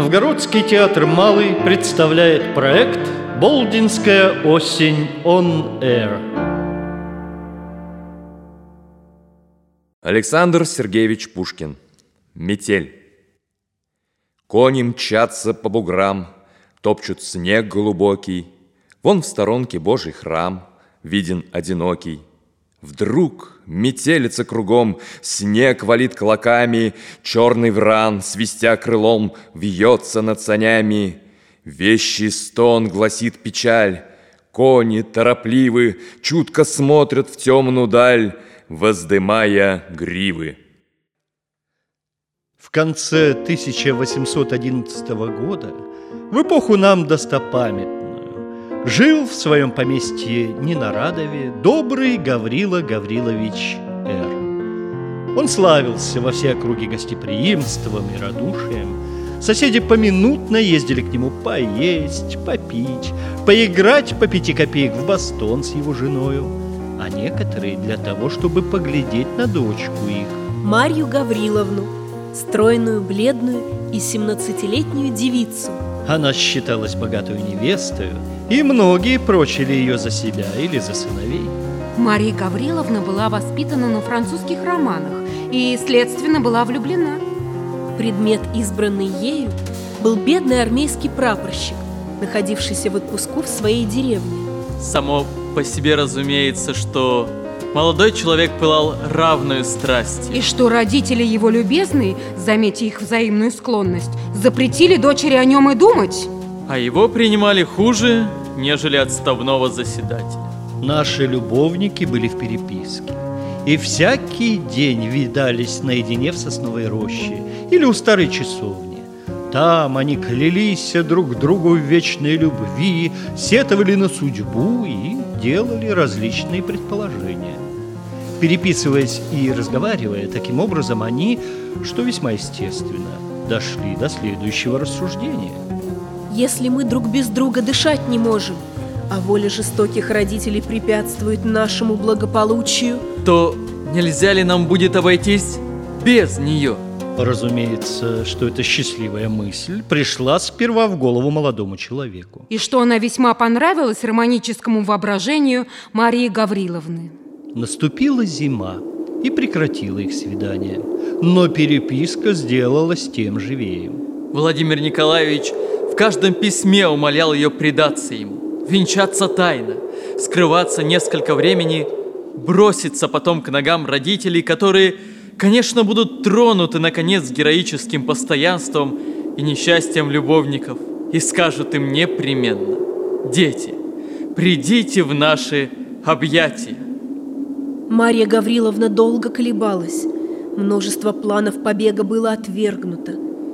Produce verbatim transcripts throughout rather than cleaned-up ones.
Новгородский театр «Малый» представляет проект «Болдинская осень on air». Александр Сергеевич Пушкин. Метель. Кони мчатся по буграм, топчут снег глубокий. Вон в сторонке Божий храм виден одинокий. Вдруг метелица кругом, снег валит клоками, черный вран, свистя крылом, вьется над санями. Вещий стон гласит печаль, кони торопливы, чутко смотрят в темную даль, воздымая гривы. В конце тысяча восемьсот одиннадцатого года, в эпоху нам достопамятную, жил в своем поместье Ненарадове добрый Гаврила Гаврилович Р. Он славился во всей округе гостеприимством и радушием. Соседи поминутно ездили к нему поесть, попить, поиграть по пяти копеек в бастон с его женою, а некоторые для того, чтобы поглядеть на дочку их, Марью Гавриловну, стройную, бледную и семнадцатилетнюю девицу. Она считалась богатую невестою, и многие прочили ее за себя или за сыновей. Мария Гавриловна была воспитана на французских романах и, следственно, была влюблена. Предмет, избранный ею, был бедный армейский прапорщик, находившийся в отпуску в своей деревне. Само по себе разумеется, что молодой человек пылал равную страстью. И что родители его любезные, заметя их взаимную склонность, запретили дочери о нем и думать. А его принимали хуже, нежели отставного заседателя. Наши любовники были в переписке, и всякий день видались наедине в сосновой роще или у старой часовни. Там они клялись друг другу в вечной любви, сетовали на судьбу и делали различные предположения. Переписываясь и разговаривая таким образом, они, что весьма естественно, дошли до следующего рассуждения. Если мы друг без друга дышать не можем, а воля жестоких родителей препятствует нашему благополучию, то нельзя ли нам будет обойтись без нее? Разумеется, что эта счастливая мысль пришла сперва в голову молодому человеку. И что она весьма понравилась романическому воображению Марии Гавриловны. Наступила зима и прекратила их свидание, но переписка сделалась тем живее. Владимир Николаевич в каждом письме умолял ее предаться ему, венчаться тайно, скрываться несколько времени, броситься потом к ногам родителей, которые, конечно, будут тронуты, наконец, героическим постоянством и несчастьем любовников, и скажут им непременно: «Дети, придите в наши объятия». Марья Гавриловна долго колебалась. Множество планов побега было отвергнуто.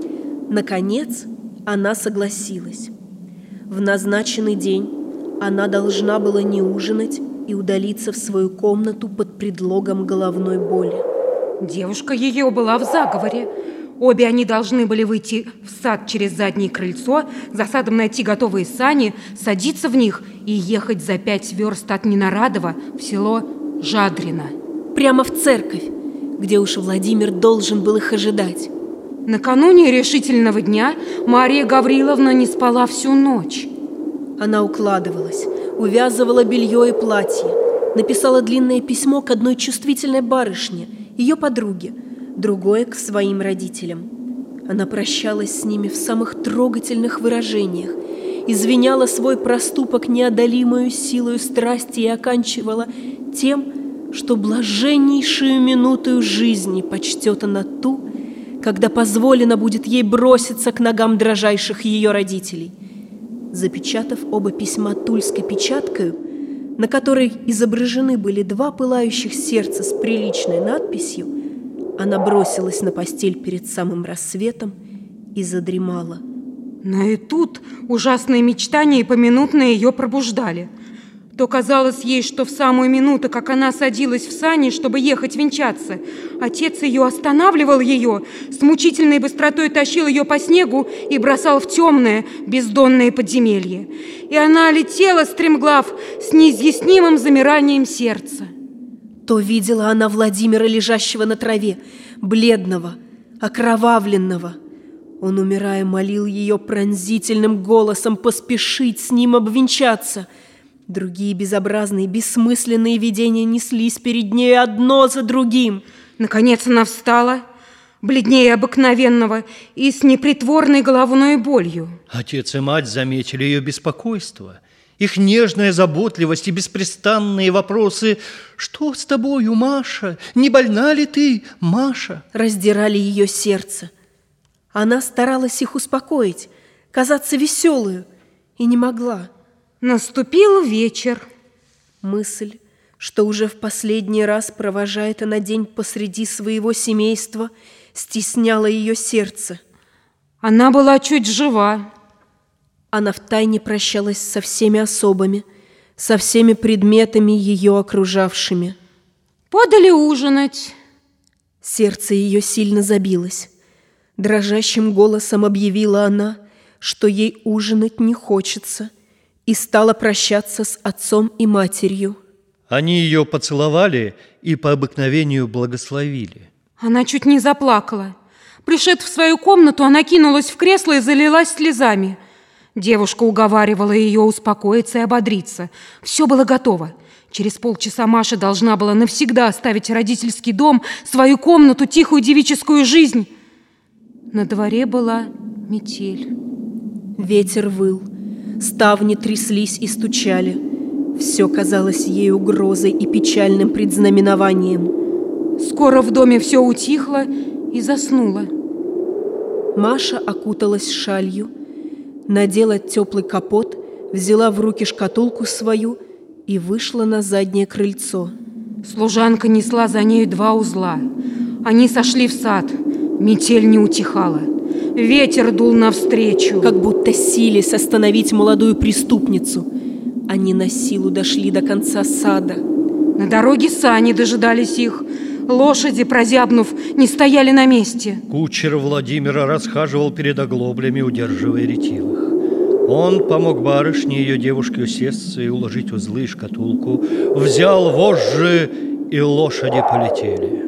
Наконец, она согласилась. В назначенный день она должна была не ужинать и удалиться в свою комнату под предлогом головной боли. Девушка ее была в заговоре. Обе они должны были выйти в сад через заднее крыльцо, за садом найти готовые сани, садиться в них и ехать за пять верст от Ненарадова в село Жадрино. Прямо в церковь, где уж Владимир должен был их ожидать. Накануне решительного дня Мария Гавриловна не спала всю ночь. Она укладывалась, увязывала белье и платье, написала длинное письмо к одной чувствительной барышне, ее подруге, другое к своим родителям. Она прощалась с ними в самых трогательных выражениях, извиняла свой проступок неодолимою силою страсти и оканчивала тем, что блаженнейшую минуту жизни почтет она ту, когда позволено будет ей броситься к ногам дрожайших ее родителей. Запечатав оба письма тульской печаткою, на которой изображены были два пылающих сердца с приличной надписью, она бросилась на постель перед самым рассветом и задремала. Но и тут ужасные мечтания поминутно ее пробуждали. То казалось ей, что в самую минуту, как она садилась в сани, чтобы ехать венчаться, отец ее останавливал ее, с мучительной быстротой тащил ее по снегу и бросал в темное, бездонное подземелье. И она летела, стремглав, с неизъяснимым замиранием сердца. То видела она Владимира, лежащего на траве, бледного, окровавленного. Он, умирая, молил ее пронзительным голосом поспешить с ним обвенчаться. Другие безобразные, бессмысленные видения неслись перед ней одно за другим. Наконец она встала, бледнее обыкновенного и с непритворной головной болью. Отец и мать заметили ее беспокойство. Их нежная заботливость и беспрестанные вопросы: «Что с тобою, Маша? Не больна ли ты, Маша?» раздирали ее сердце. Она старалась их успокоить, казаться веселую, и не могла. Наступил вечер. Мысль, что уже в последний раз провожает она день посреди своего семейства, стесняла ее сердце. Она была чуть жива. Она втайне прощалась со всеми особами, со всеми предметами ее окружавшими. Подали ужинать. Сердце ее сильно забилось. Дрожащим голосом объявила она, что ей ужинать не хочется, и стала прощаться с отцом и матерью. Они ее поцеловали и по обыкновению благословили. Она чуть не заплакала. Пришед в свою комнату, она кинулась в кресло и залилась слезами. Девушка уговаривала ее успокоиться и ободриться. Все было готово. Через полчаса Маша должна была навсегда оставить родительский дом, свою комнату, тихую девическую жизнь. На дворе была метель. Ветер выл, ставни тряслись и стучали. Все казалось ей угрозой и печальным предзнаменованием. Скоро в доме все утихло и заснуло. Маша окуталась шалью, надела теплый капот, взяла в руки шкатулку свою и вышла на заднее крыльцо. Служанка несла за нею два узла. Они сошли в сад. Метель не утихала. Ветер дул навстречу, как будто силясь остановить молодую преступницу. Они на силу дошли до конца сада. На дороге сани дожидались их. Лошади, прозябнув, не стояли на месте. Кучер Владимира расхаживал перед оглоблями, удерживая ретивых. Он помог барышне, ее девушке, усесться и уложить узлы и шкатулку. Взял вожжи, и лошади полетели.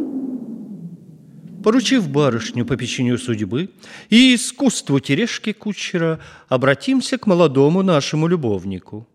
Поручив барышню попечению судьбы и искусству тережки кучера, обратимся к молодому нашему любовнику.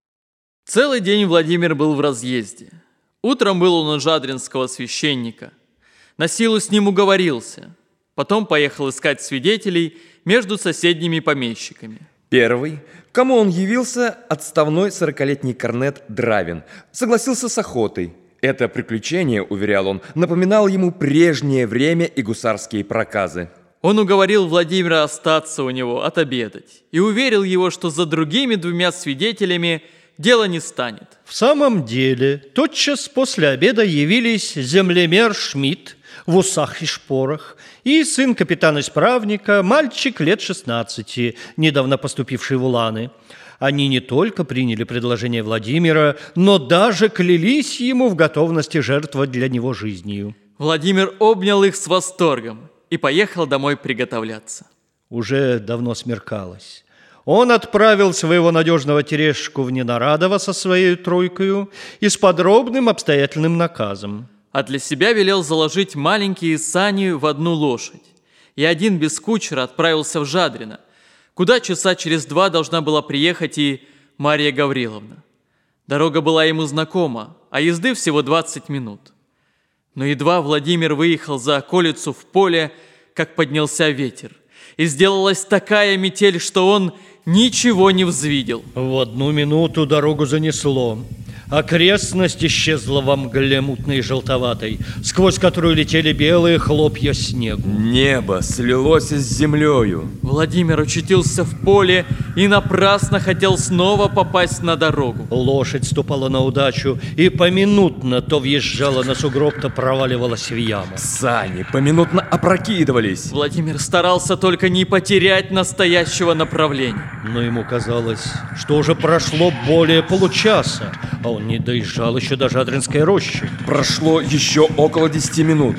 Целый день Владимир был в разъезде. Утром был он у жадринского священника. На силу с ним уговорился. Потом поехал искать свидетелей между соседними помещиками. Первый, к кому он явился, отставной сорокалетний корнет Дравин, согласился с охотой. Это приключение, уверял он, напоминало ему прежнее время и гусарские проказы. Он уговорил Владимира остаться у него, отобедать, и уверил его, что за другими двумя свидетелями дело не станет. В самом деле, тотчас после обеда явились землемер Шмидт в усах и шпорах и сын капитана-исправника, мальчик лет шестнадцати, недавно поступивший в Уланы. Они не только приняли предложение Владимира, но даже клялись ему в готовности жертвовать для него жизнью. Владимир обнял их с восторгом и поехал домой приготовляться. Уже давно смеркалось. Он отправил своего надежного Терешку в Ненарадово со своей тройкою и с подробным обстоятельным наказом. А для себя велел заложить маленькие сани в одну лошадь. И один без кучера отправился в Жадрино, куда часа через два должна была приехать и Марья Гавриловна. Дорога была ему знакома, а езды всего двадцать минут. Но едва Владимир выехал за околицу в поле, как поднялся ветер, и сделалась такая метель, что он ничего не взвидел. В одну минуту дорогу занесло. Окрестность исчезла во мгле мутной и желтоватой, сквозь которую летели белые хлопья снегу. Небо слилось с землею. Владимир очутился в поле и напрасно хотел снова попасть на дорогу. Лошадь ступала на удачу и поминутно то въезжала на сугроб, то проваливалась в яму. Сани поминутно опрокидывались. Владимир старался только не потерять настоящего направления. Но ему казалось, что уже прошло более получаса, а он не доезжал еще до Жадринской рощи. Прошло еще около десяти минут.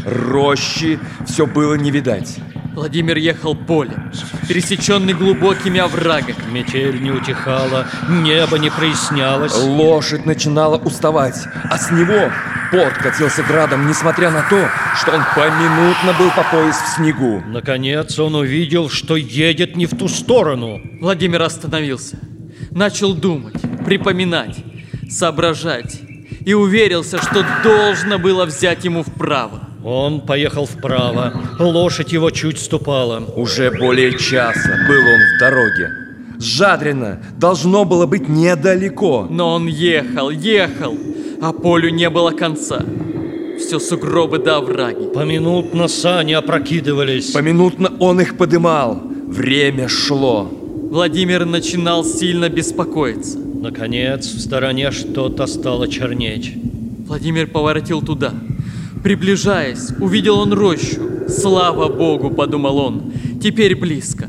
Рощи все было не видать. Владимир ехал полем, пересеченный глубокими оврагами. Метель не утихала, небо не прояснялось. Лошадь начинала уставать, а с него Пот катился градом, несмотря на то, что он поминутно был по пояс в снегу. Наконец он увидел, что едет не в ту сторону. Владимир остановился, начал думать, припоминать, соображать и уверился, что должно было взять ему вправо. Он поехал вправо, лошадь его чуть ступала. Уже более часа был он в дороге. Жадрино должно было быть недалеко. Но он ехал, ехал, а полю не было конца. Все сугробы да овраги. Поминутно сани опрокидывались. Поминутно он их подымал. Время шло. Владимир начинал сильно беспокоиться. Наконец, в стороне что-то стало чернеть. Владимир поворотил туда. Приближаясь, увидел он рощу. «Слава Богу!» – подумал он. «Теперь близко».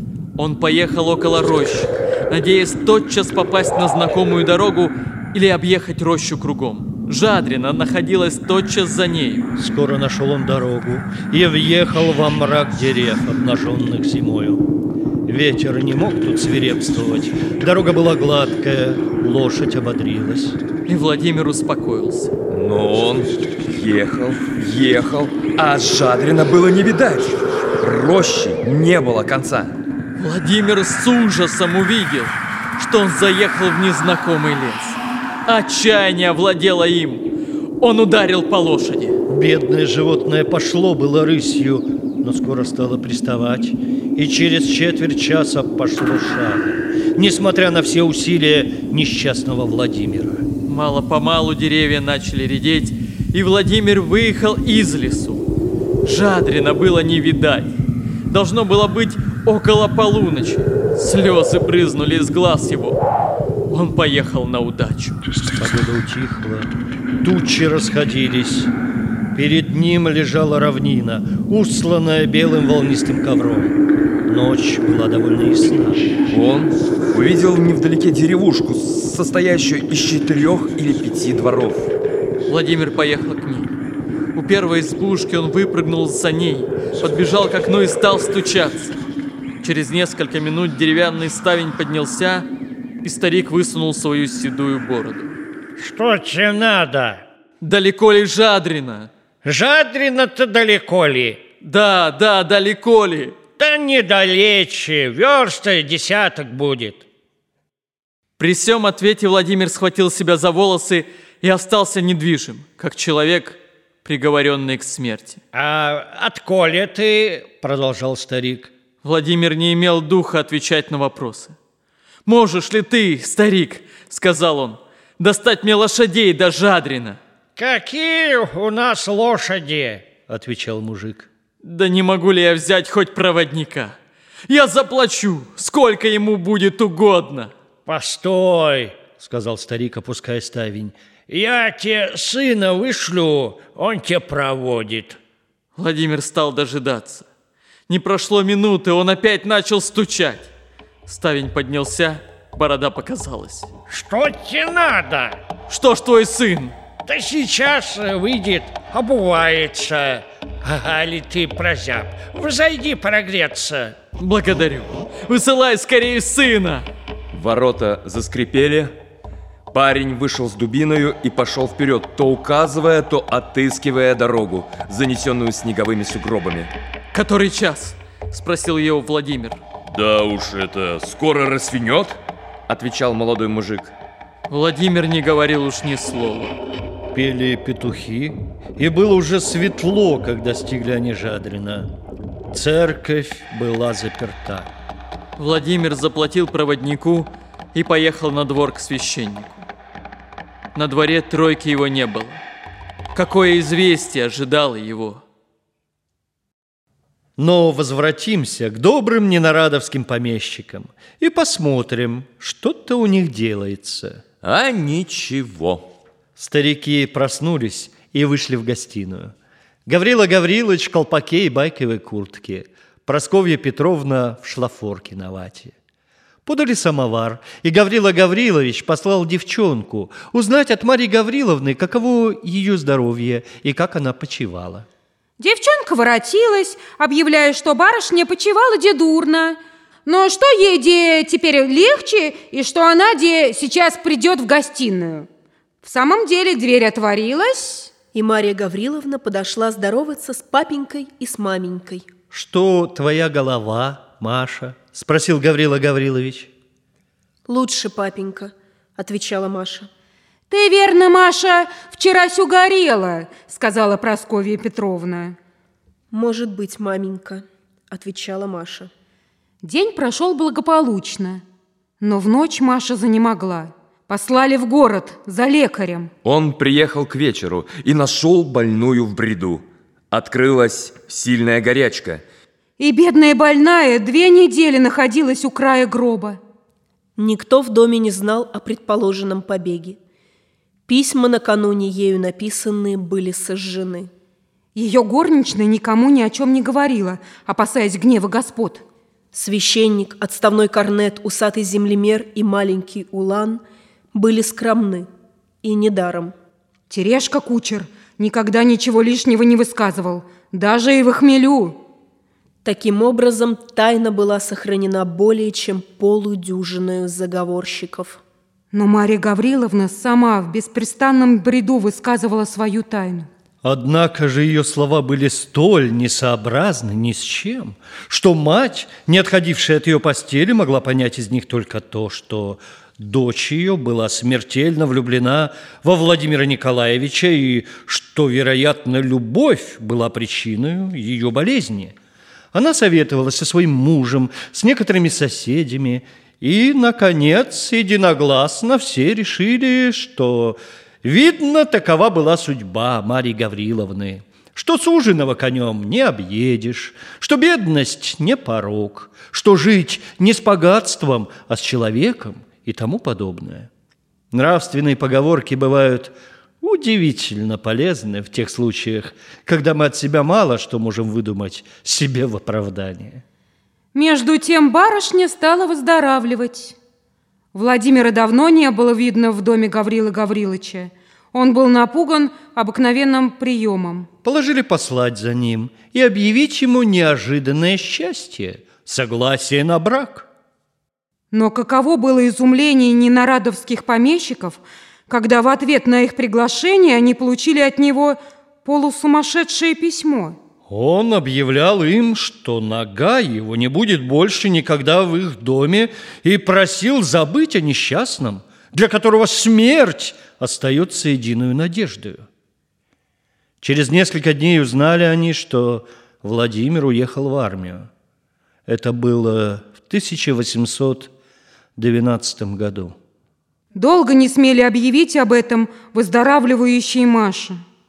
Он поехал около рощи, надеясь тотчас попасть на знакомую дорогу или объехать рощу кругом. Жадрино находилась тотчас за нею. Скоро нашел он дорогу и въехал во мрак дерев, обнаженных зимою. Ветер не мог тут свирепствовать. Дорога была гладкая, лошадь ободрилась. И Владимир успокоился. Но он ехал, ехал, а Жадрина было не видать. Рощи не было конца. Владимир с ужасом увидел, что он заехал в незнакомый лес. Отчаяние овладело им. Он ударил по лошади. Бедное животное пошло было рысью, но скоро стало приставать, и через четверть часа пошло шагом, несмотря на все усилия несчастного Владимира. Мало-помалу деревья начали редеть, и Владимир выехал из лесу. Жадрина было не видать. Должно было быть около полуночи. Слезы брызнули из глаз его. Он поехал на удачу. Погода утихла, тучи расходились. Перед ним лежала равнина, устланная белым волнистым ковром. Ночь была довольно ясна. Он увидел невдалеке деревушку, состоящую из четырех или пяти дворов. Владимир поехал к ней. У первой избушки он выпрыгнул с саней, подбежал к окну и стал стучаться. Через несколько минут деревянный ставень поднялся, и старик высунул свою седую бороду. Что тебе надо? Далеко ли Жадрино? Жадрино-то далеко ли? Да, да, далеко ли? Да недалече, верста десяток будет. При сём ответе Владимир схватил себя за волосы и остался недвижим, как человек, приговоренный к смерти. А отколе ты, продолжал старик. Владимир не имел духа отвечать на вопросы. «Можешь ли ты, старик, — сказал он, — достать мне лошадей до Жадрина?» «Какие у нас лошади?» — отвечал мужик. «Да не могу ли я взять хоть проводника? Я заплачу, сколько ему будет угодно». «Постой!» — сказал старик, опуская ставень. «Я тебе сына вышлю, он тебя проводит». Владимир стал дожидаться. Не прошло минуты, он опять начал стучать. Ставень поднялся, борода показалась. «Что тебе надо?» «Что ж твой сын?» «Да сейчас выйдет, обувается. Али ты прозяб, взойди прогреться». «Благодарю. Высылай скорее сына». Ворота заскрипели. Парень вышел с дубиною и пошел вперед, то указывая, то отыскивая дорогу, занесенную снеговыми сугробами. «Который час?» – спросил его Владимир. «Да уж это скоро рассвенет», – отвечал молодой мужик. Владимир не говорил уж ни слова. Пели петухи, и было уже светло, когда достигли они Жадрина. Церковь была заперта. Владимир заплатил проводнику и поехал на двор к священнику. На дворе тройки его не было. Какое известие ожидало его? Но возвратимся к добрым ненарадовским помещикам и посмотрим, что-то у них делается. А ничего. Старики проснулись и вышли в гостиную. Гаврила Гаврилович в колпаке и байковой куртке, Прасковья Петровна в шлафорке на вате. Подали самовар, и Гаврила Гаврилович послал девчонку узнать от Марьи Гавриловны, каково ее здоровье и как она почивала. Девчонка воротилась, объявляя, что барышня почивала де дурно, но что ей де теперь легче, и что она де сейчас придет в гостиную. В самом деле дверь отворилась, И Марья Гавриловна подошла здороваться с папенькой и с маменькой. «Что твоя голова, Маша?» – спросил Гаврила Гаврилович. «Лучше, папенька», – отвечала Маша. «Ты, верно, Маша, вчерась угорела», – сказала Прасковья Петровна. «Может быть, маменька», – отвечала Маша. День прошел благополучно, но в ночь Маша занемогла. Послали в город за лекарем. Он приехал к вечеру и нашел больную в бреду. Открылась сильная горячка. И бедная больная две недели находилась у края гроба. Никто в доме не знал о предположенном побеге. Письма, накануне ею написанные, были сожжены. Ее горничная никому ни о чем не говорила, опасаясь гнева господ. Священник, отставной корнет, усатый землемер и маленький улан были скромны, и недаром. Терешка кучер никогда ничего лишнего не высказывал, даже и в хмелю. Таким образом, тайна была сохранена более чем полудюжиною заговорщиков. Но Марья Гавриловна сама в беспрестанном бреду высказывала свою тайну. Однако же ее слова были столь несообразны ни с чем, что мать, не отходившая от ее постели, могла понять из них только то, что дочь ее была смертельно влюблена во Владимира Николаевича и что, вероятно, любовь была причиной ее болезни. Она советовалась со своим мужем, с некоторыми соседями, и, наконец, единогласно все решили, что, видно, такова была судьба Марьи Гавриловны, что суженого конем не объедешь, что бедность не порок, что жить не с богатством, а с человеком и тому подобное. Нравственные поговорки бывают удивительно полезны в тех случаях, когда мы от себя мало что можем выдумать себе в оправдание. Между тем барышня стала выздоравливать. Владимира давно не было видно в доме Гаврилы Гаврилыча. Он был напуган обыкновенным приемом. Положили послать за ним и объявить ему неожиданное счастье – согласие на брак. Но каково было изумление ненарадовских помещиков, когда в ответ на их приглашение они получили от него полусумасшедшее письмо. Он объявлял им, что нога его не будет больше никогда в их доме, и просил забыть о несчастном, для которого смерть остается единую надеждою. Через несколько дней узнали они, что Владимир уехал в армию. Это было в тысяча восемьсот двенадцатом году. Долго не смели объявить об этом выздоравливающей Маше.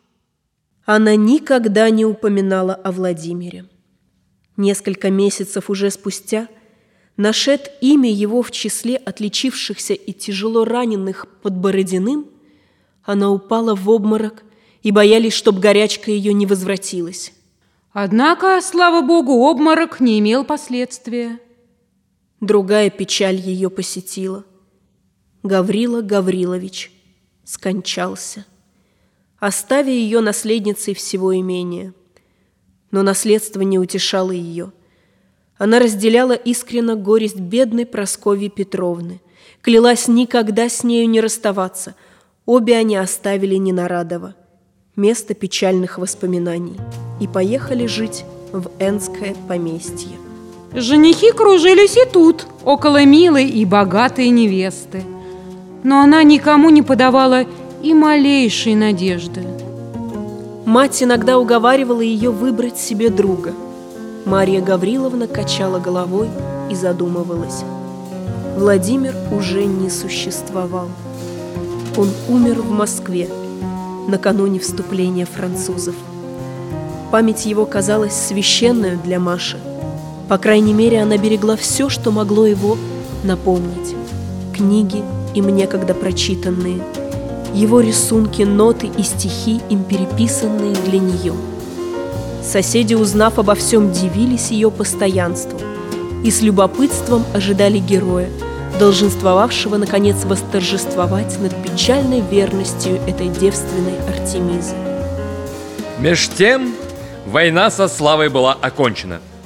Она никогда не упоминала о Владимире. Несколько месяцев уже спустя, нашед имя его в числе отличившихся и тяжело раненых под Бородиным, она упала в обморок и боялись, чтоб горячка ее не возвратилась. Однако, слава богу, обморок не имел последствия. Другая печаль ее посетила. Гаврила Гаврилович скончался, оставя ее наследницей всего имения. Но наследство не утешало ее. Она разделяла искренно горесть бедной Прасковьи Петровны, клялась никогда с нею не расставаться. Обе они оставили Ненарадово, место печальных воспоминаний, и поехали жить в Энское поместье. Женихи кружились и тут, около милой и богатой невесты. Но она никому не подавала и малейшей надежды. Мать иногда уговаривала ее выбрать себе друга. Марья Гавриловна качала головой и задумывалась. Владимир уже не существовал. Он умер в Москве накануне вступления французов. Память его казалась священной для Маши. По крайней мере, она берегла все, что могло его напомнить. Книги, им некогда прочитанные, его рисунки, ноты и стихи, им переписанные для нее. Соседи, узнав обо всем, дивились ее постоянству и с любопытством ожидали героя, долженствовавшего, наконец, восторжествовать над печальной верностью этой девственной Артемизы. Меж тем, война со славой была окончена.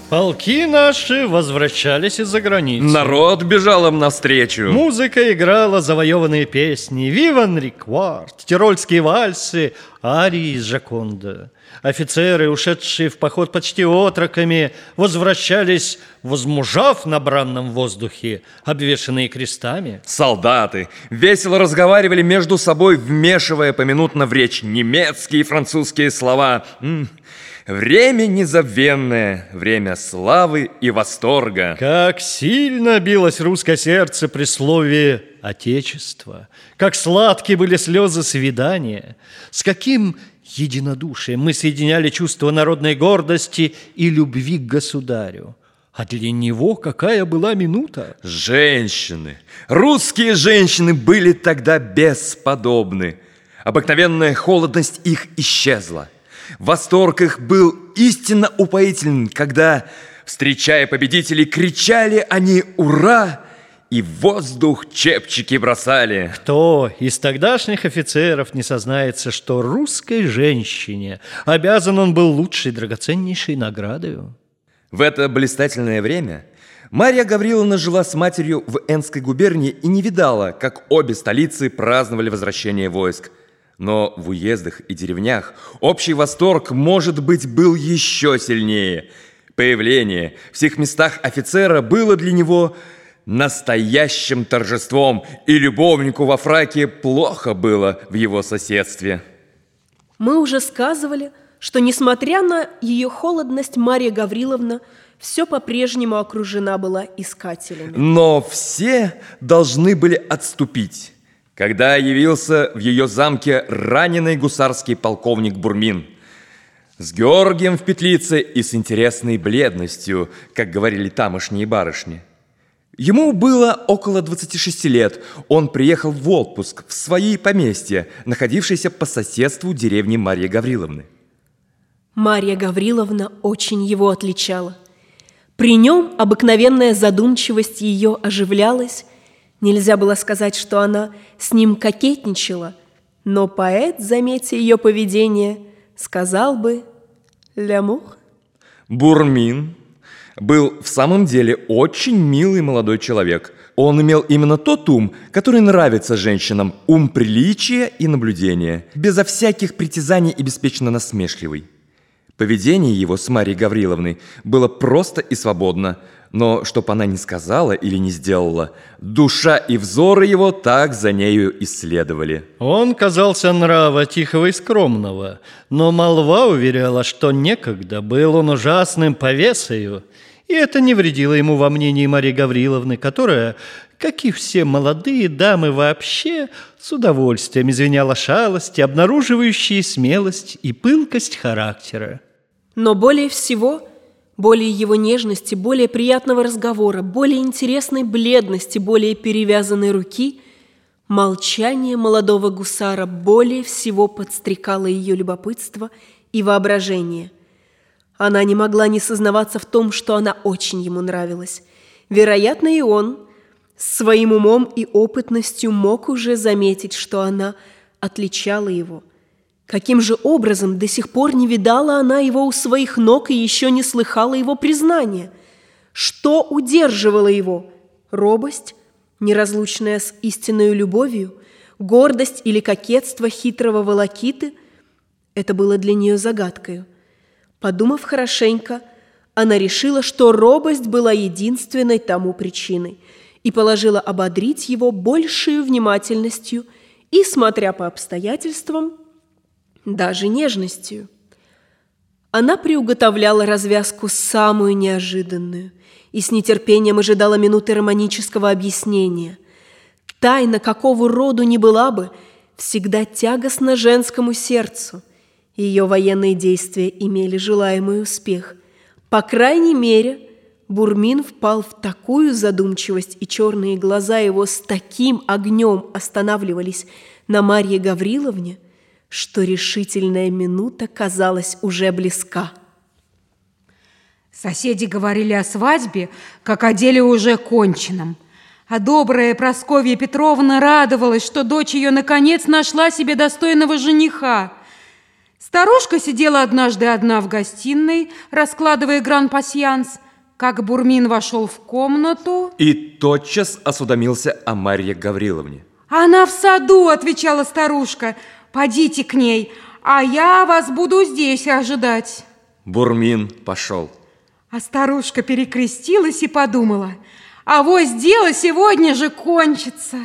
Полки наши возвращались из-за границы. Народ бежал им навстречу. Музыка играла завоеванные песни, «Виван Реквард», тирольские вальсы, арии из Джоконда. Офицеры, ушедшие в поход почти отроками, возвращались, возмужав на бранном воздухе, обвешанные крестами. Солдаты весело разговаривали между собой, вмешивая поминутно в речь немецкие и французские слова. М-м. Время незабвенное, время славы и восторга. Как сильно билось русское сердце при слове «отечество», как сладкие были слезы свидания, с каким единодушием мы соединяли чувство народной гордости и любви к государю. А для него какая была минута? Женщины, русские женщины были тогда бесподобны. Обыкновенная холодность их исчезла. Восторг их был истинно упоителен, когда, встречая победителей, кричали они «Ура!» и в воздух чепчики бросали. Кто из тогдашних офицеров не сознается, что русской женщине обязан он был лучшей, драгоценнейшей наградою? В это блистательное время Марья Гавриловна жила с матерью в Энской губернии и не видала, как обе столицы праздновали возвращение войск. Но в уездах и деревнях общий восторг, может быть, был еще сильнее. Появление в всех местах офицера было для него настоящим торжеством, и любовнику во фраке плохо было в его соседстве. Мы уже сказывали, что, несмотря на ее холодность, Марья Гавриловна все по-прежнему окружена была искателями. Но все должны были отступить, когда явился в ее замке раненый гусарский полковник Бурмин с Георгием в петлице и с интересной бледностью, как говорили тамошние барышни. Ему было около двадцати шести лет. Он приехал в отпуск в свои поместья, находившиеся по соседству деревни Марьи Гавриловны. Марья Гавриловна очень его отличала. При нем обыкновенная задумчивость ее оживлялась. Нельзя было сказать, что она с ним кокетничала, но поэт, заметя ее поведение, сказал бы «Лямур». Бурмин был в самом деле очень милый молодой человек. Он имел именно тот ум, который нравится женщинам, ум приличия и наблюдения, безо всяких притязаний и беспечно насмешливый. Поведение его с Марьей Гавриловной было просто и свободно, но, чтоб она не сказала или не сделала, душа и взоры его так за нею исследовали. Он казался нрава тихого и скромного, но молва уверяла, что некогда был он ужасным повесою, и это не вредило ему во мнении Марьи Гавриловны, которая, как и все молодые дамы вообще, с удовольствием извиняла шалости, обнаруживающие смелость и пылкость характера. Но более всего, более его нежности, более приятного разговора, более интересной бледности, более перевязанной руки, молчание молодого гусара более всего подстрекало ее любопытство и воображение. Она не могла не сознаваться в том, что она очень ему нравилась. Вероятно, и он своим умом и опытностью мог уже заметить, что она отличала его. Каким же образом до сих пор не видала она его у своих ног и еще не слыхала его признания? Что удерживало его? Робость, неразлучная с истинной любовью, гордость или кокетство хитрого волокиты? Это было для нее загадкою. Подумав хорошенько, она решила, что робость была единственной тому причиной, и положила ободрить его большей внимательностью и, смотря по обстоятельствам, даже нежностью. Она приуготовляла развязку самую неожиданную и с нетерпением ожидала минуты романического объяснения. Тайна, какого роду ни была бы, всегда тягостна женскому сердцу. Ее военные действия имели желаемый успех. По крайней мере, Бурмин впал в такую задумчивость, и черные глаза его с таким огнем останавливались на Марье Гавриловне, что решительная минута казалась уже близка. Соседи говорили о свадьбе, как о деле уже конченном. А добрая Прасковья Петровна радовалась, что дочь ее наконец нашла себе достойного жениха. Старушка сидела однажды одна в гостиной, раскладывая гран-пасьянс, как Бурмин вошел в комнату. И тотчас осведомился о Марье Гавриловне. «Она в саду», — отвечала старушка. «Подите к ней, а я вас буду здесь ожидать». Бурмин пошел. А старушка перекрестилась и подумала: авось дело сегодня же кончится.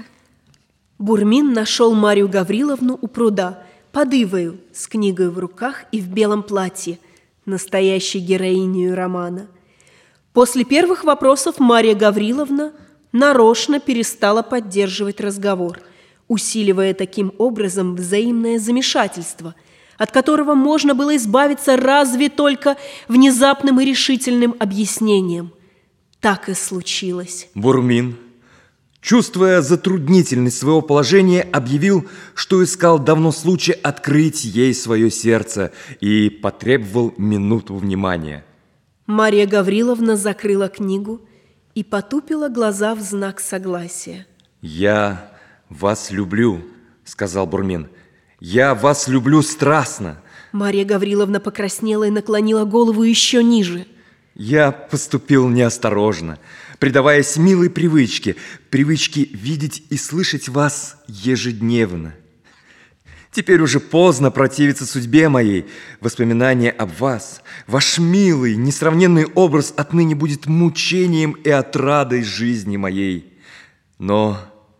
Бурмин нашел Марью Гавриловну у пруда, под ивою, с книгой в руках и в белом платье, настоящей героиней романа. После первых вопросов Марья Гавриловна нарочно перестала поддерживать разговор, усиливая таким образом взаимное замешательство, от которого можно было избавиться разве только внезапным и решительным объяснением. Так и случилось. Бурмин, чувствуя затруднительность своего положения, объявил, что искал давно случай открыть ей свое сердце и потребовал минуту внимания. Марья Гавриловна закрыла книгу и потупила глаза в знак согласия. «Я вас люблю», — сказал Бурмин. «Я вас люблю страстно». Марья Гавриловна покраснела и наклонила голову еще ниже. «Я поступил неосторожно, предаваясь милой привычке, привычке видеть и слышать вас ежедневно. Теперь уже поздно противиться судьбе моей. Воспоминание об вас, ваш милый, несравненный образ отныне будет мучением и отрадой жизни моей. Но,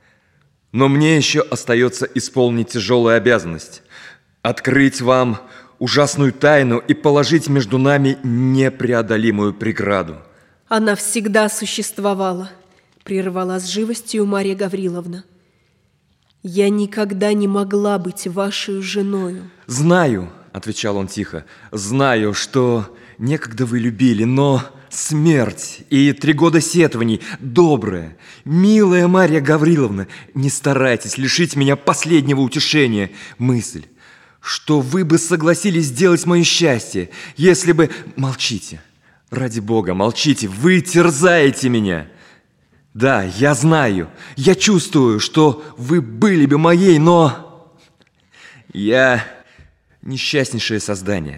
но мне еще остается исполнить тяжелую обязанность, открыть вам ужасную тайну и положить между нами непреодолимую преграду». «Она всегда существовала», — прервала с живостью Марья Гавриловна. «Я никогда не могла быть вашей женою». «Знаю», — отвечал он тихо, — «знаю, что некогда вы любили, но смерть и три года сетований, добрая, милая Марья Гавриловна, не старайтесь лишить меня последнего утешения. Мысль, что вы бы согласились сделать мое счастье, если бы... Молчите, ради Бога, молчите, вы терзаете меня. Да, я знаю, я чувствую, что вы были бы моей, но... Я несчастнейшее создание.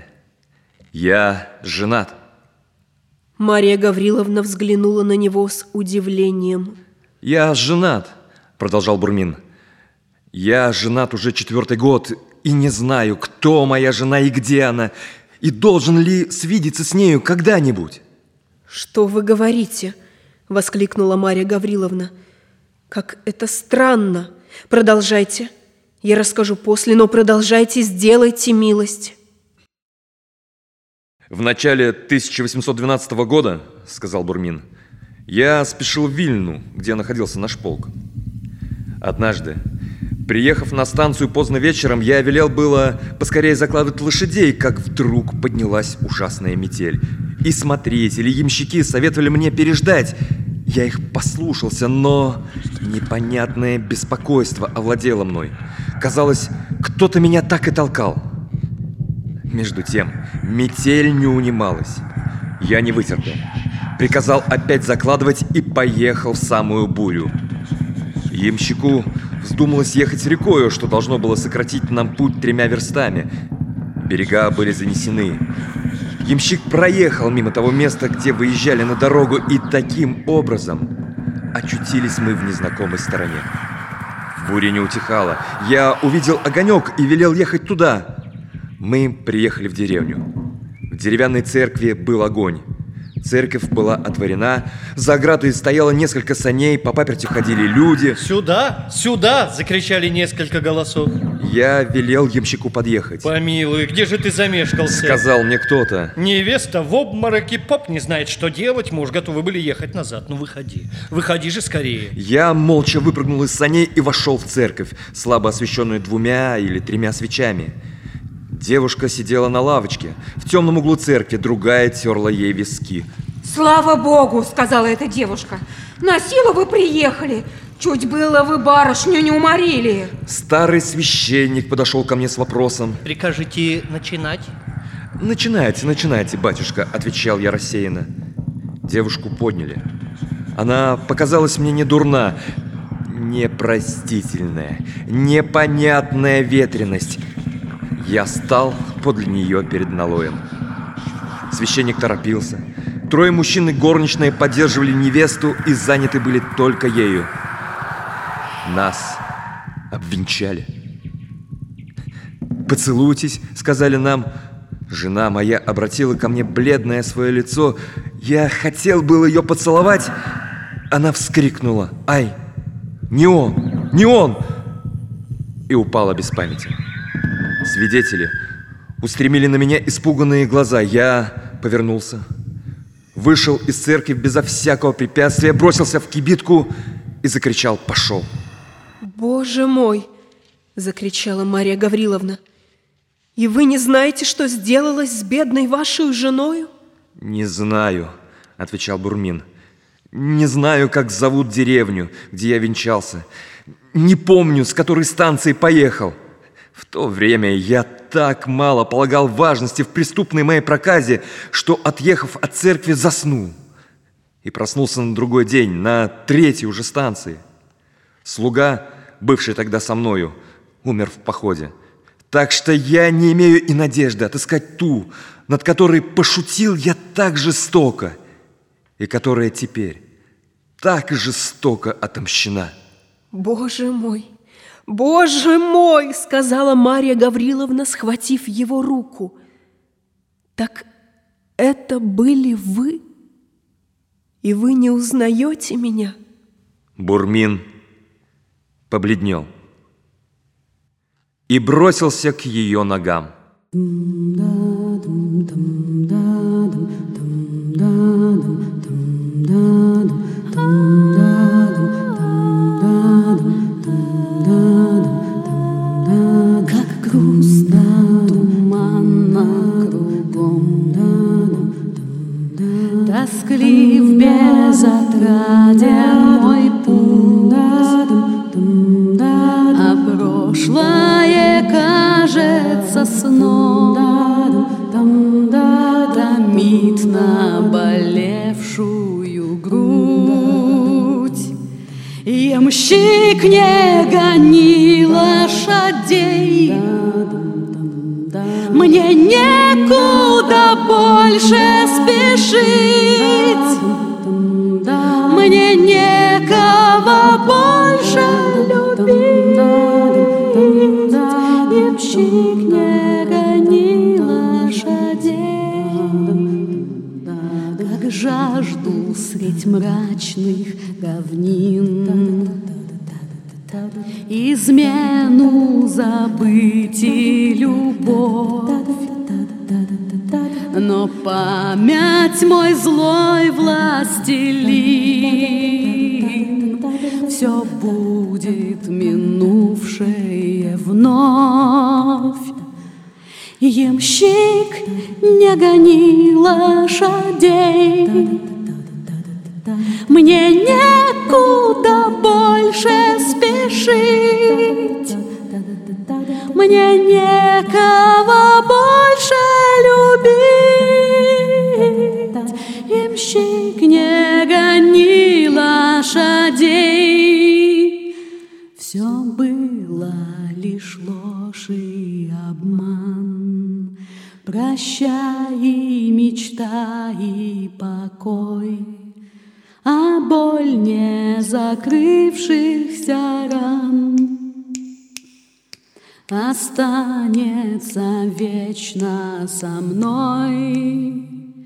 Я женат». Марья Гавриловна взглянула на него с удивлением. «Я женат», — продолжал Бурмин. «Я женат уже четвертый год и не знаю, кто моя жена и где она, и должен ли свидеться с нею когда-нибудь». «Что вы говорите?» — воскликнула Марья Гавриловна. «Как это странно! Продолжайте. Я расскажу после, но продолжайте, сделайте милость». «В начале тысяча восемьсот двенадцатого года, — сказал Бурмин, — я спешил в Вильну, где находился наш полк. Однажды, приехав на станцию поздно вечером, я велел было поскорее закладывать лошадей, как вдруг поднялась ужасная метель. И смотрители, ямщики советовали мне переждать. Я их послушался, но непонятное беспокойство овладело мной. Казалось, кто-то меня так и толкал. Между тем, метель не унималась. Я не вытерпел. Приказал опять закладывать и поехал в самую бурю. Ямщику вздумалось ехать рекою, что должно было сократить нам путь тремя верстами. Берега были занесены. Ямщик проехал мимо того места, где выезжали на дорогу, и таким образом очутились мы в незнакомой стороне. Буря не утихала. Я увидел огонек и велел ехать туда. Мы приехали в деревню. В деревянной церкви был огонь. Церковь была отворена, за оградой стояло несколько саней, по паперти ходили люди. «Сюда! Сюда!» – закричали несколько голосов. Я велел ямщику подъехать. «Помилуй, где же ты замешкался?» – сказал мне кто-то. «Невеста в обмороке, поп не знает, что делать, мы уж готовы были ехать назад. Ну, выходи, выходи же скорее». Я молча выпрыгнул из саней и вошел в церковь, слабо освещенную двумя или тремя свечами. Девушка сидела на лавочке в темном углу церкви, другая терла ей виски. «Слава Богу, — сказала эта девушка, — на силу вы приехали. Чуть было вы барышню не уморили». Старый священник подошел ко мне с вопросом. «Прикажете начинать?» «Начинайте, начинайте, батюшка, — отвечал я рассеянно. Девушку подняли. Она показалась мне не дурна. Непростительная, непонятная ветреность. Я стал подле нее перед налоем. Священник торопился. Трое мужчин и горничные поддерживали невесту и заняты были только ею. Нас обвенчали. «Поцелуйтесь», — сказали нам. Жена моя обратила ко мне бледное свое лицо. Я хотел было ее поцеловать. Она вскрикнула: «Ай, не он, не он!» и упала без памяти. Свидетели устремили на меня испуганные глаза. Я повернулся, вышел из церкви безо всякого препятствия, бросился в кибитку и закричал: «Пошел!» «Боже мой!» – закричала Мария Гавриловна. «И вы не знаете, что сделалось с бедной вашей женою?» «Не знаю», – отвечал Бурмин. «Не знаю, как зовут деревню, где я венчался. Не помню, с которой станции поехал. В то время я так мало полагал важности в преступной моей проказе, что, отъехав от церкви, заснул. И проснулся на другой день, на третьей уже станции. Слуга, бывший тогда со мною, умер в походе. Так что я не имею и надежды отыскать ту, над которой пошутил я так жестоко, и которая теперь так жестоко отомщена». «Боже мой! Боже мой!» – сказала Мария Гавриловна, схватив его руку. «Так это были вы? И вы не узнаете меня?» Бурмин побледнел и бросился к ее ногам. Как грустно, туманно кругом, тосклив, безотраден мой путь, а прошлое кажется сном, томит наболевшую грудь. Ямщик, не гони лошадей, мне некуда больше спешить, мне некого больше любить. Ямщик, не гони лошадей, как жажду средь мрачных равнин, измену забыть и любовь. Но память мой злой властелин все будет минувшее вновь. Ямщик, не гони лошадей, мне некуда больше спешить, мне некого больше любить. Ямщик, не гони лошадей. Все было лишь ложь и обман, прощай и мечта и покой, а боль не закрывшихся ран останется вечно со мной.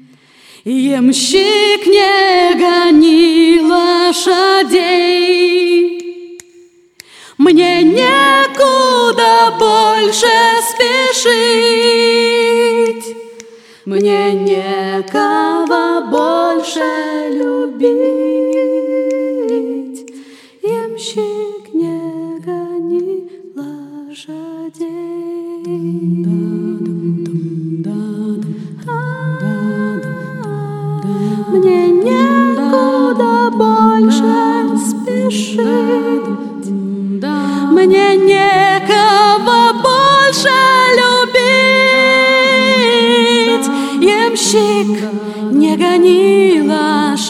Ямщик, не гони лошадей, мне некуда больше спешить, мне некого больше любить. Ямщик, не гони лошадей. Мне некуда больше спешить, мне некого больше любить. Ямщик, не гони лошадей.